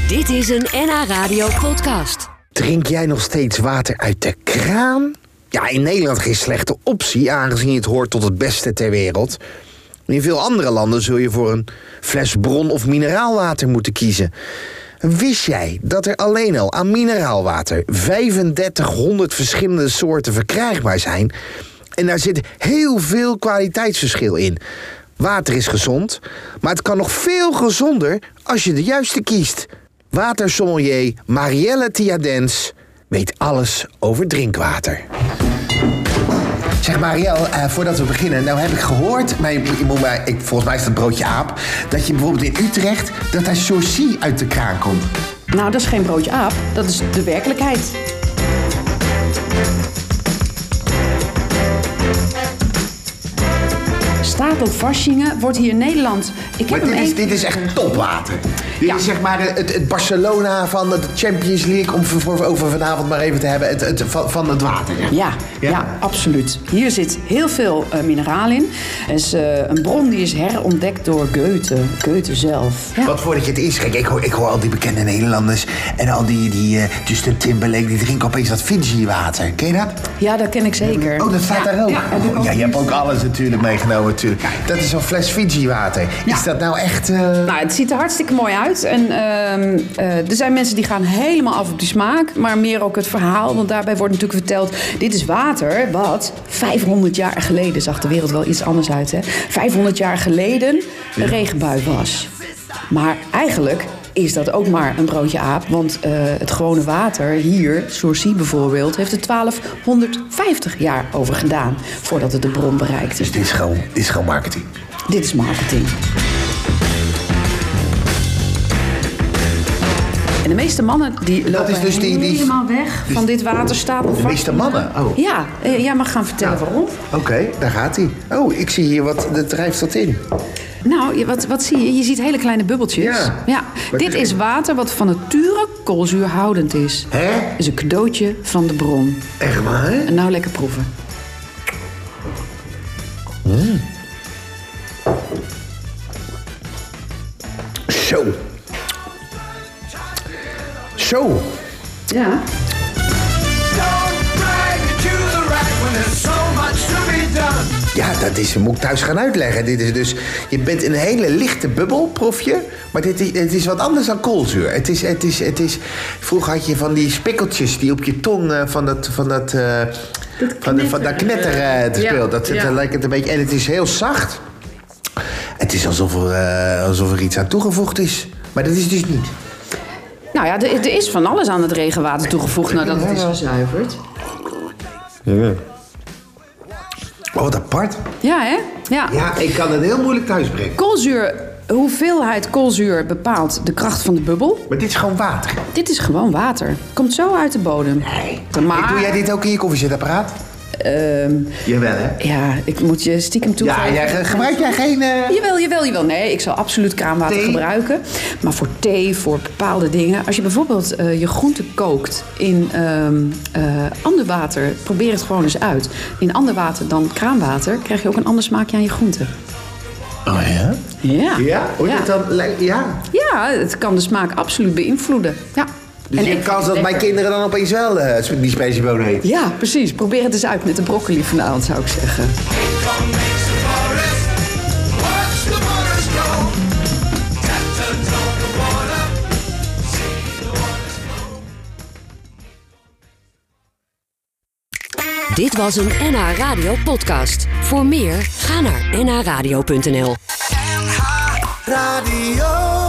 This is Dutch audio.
Dit is een NH Radio podcast. Drink jij nog steeds water uit de kraan? Ja, in Nederland geen slechte optie, aangezien het hoort tot het beste ter wereld. In veel andere landen zul je voor een fles bron- of mineraalwater moeten kiezen. Wist jij dat er alleen al aan mineraalwater 3500 verschillende soorten verkrijgbaar zijn? En daar zit heel veel kwaliteitsverschil in. Water is gezond, maar het kan nog veel gezonder als je de juiste kiest. Watersommelier Marielle Tiadens weet alles over drinkwater. Zeg Marielle, voordat we beginnen, nou heb ik gehoord, volgens mij is dat broodje aap, dat je bijvoorbeeld in Utrecht, dat daar Sourcy uit de kraan komt. Nou, dat is geen broodje aap, dat is de werkelijkheid. Stapelvassingen wordt hier in Nederland... Dit is echt topwater. Dit is zeg maar het Barcelona van de Champions League, om over vanavond maar even te hebben, van het water. Ja, absoluut. Hier zit heel veel mineraal in. Het is een bron die is herontdekt door Goethe zelf. Ja. Wat voordat je het is, kijk, ik hoor al die bekende Nederlanders en al die Justin Timberlake, die drinken opeens dat Fiji-water. Ken je dat? Ja, dat ken ik zeker. Oh, dat staat daar ook? Ja, je hebt ook alles natuurlijk meegenomen natuurlijk. Dat is zo'n fles Fiji-water. Ja. Is dat nou echt... Nou, het ziet er hartstikke mooi uit. En er zijn mensen die gaan helemaal af op die smaak. Maar meer ook het verhaal. Want daarbij wordt natuurlijk verteld... Dit is water wat 500 jaar geleden... Zag de wereld wel iets anders uit, hè? 500 jaar geleden een regenbui was. Maar eigenlijk... is dat ook maar een broodje aap. Want het gewone water hier, Sourcy bijvoorbeeld... heeft er 1250 jaar over gedaan... voordat het de bron bereikte. Dus dit is gewoon marketing? Dit is marketing. En de meeste mannen die lopen dus helemaal weg van dit waterstapel. De meeste mannen? Oh. Ja, jij mag gaan vertellen waarom. Oké, daar gaat hij. Oh, ik zie hier wat, dat drijft dat in. Nou, wat zie je? Je ziet hele kleine bubbeltjes. Ja. Dit is water wat van nature koolzuurhoudend is. Hè? Is een cadeautje van de bron. Echt waar? En nou lekker proeven. Zo. Ja. Ja, dat moet ik thuis gaan uitleggen. Dit is dus, je bent een hele lichte bubbel, proef je. Maar het is wat anders dan koolzuur. Het is, vroeger had je van die spikkeltjes die op je tong van dat knetter speelt. Dat lijkt het een beetje. En het is heel zacht. Het is alsof er iets aan toegevoegd is. Maar dat is dus niet. Nou ja, er is van alles aan het regenwater toegevoegd nadat het is gezuiverd. Ja. Oh, wat apart. Ja, hè? Ja, ik kan het heel moeilijk thuisbrengen. Hoeveelheid koolzuur bepaalt de kracht van de bubbel. Maar dit is gewoon water. Dit is gewoon water. Komt zo uit de bodem. Nee. Maar... Doe jij dit ook in je koffiezetapparaat? Jawel, hè? Ja, ik moet je stiekem toegeven. Ja, gebruik jij geen... Jawel. Nee, ik zal absoluut kraanwater gebruiken. Maar voor thee, voor bepaalde dingen... Als je bijvoorbeeld je groente kookt in ander water... probeer het gewoon eens uit. In ander water dan kraanwater... krijg je ook een ander smaakje aan je groente. Oh ja? Ja. Ja? Hoor je het dan? Ja? Ja, het kan de smaak absoluut beïnvloeden. Ja. Dus je kans dat mijn kinderen dan opeens wel die spatiebonen eten? Ja, precies. Probeer het eens uit met de broccoli vanavond, zou ik zeggen. Dit was een NH Radio podcast. Voor meer, ga naar nhradio.nl. NH Radio.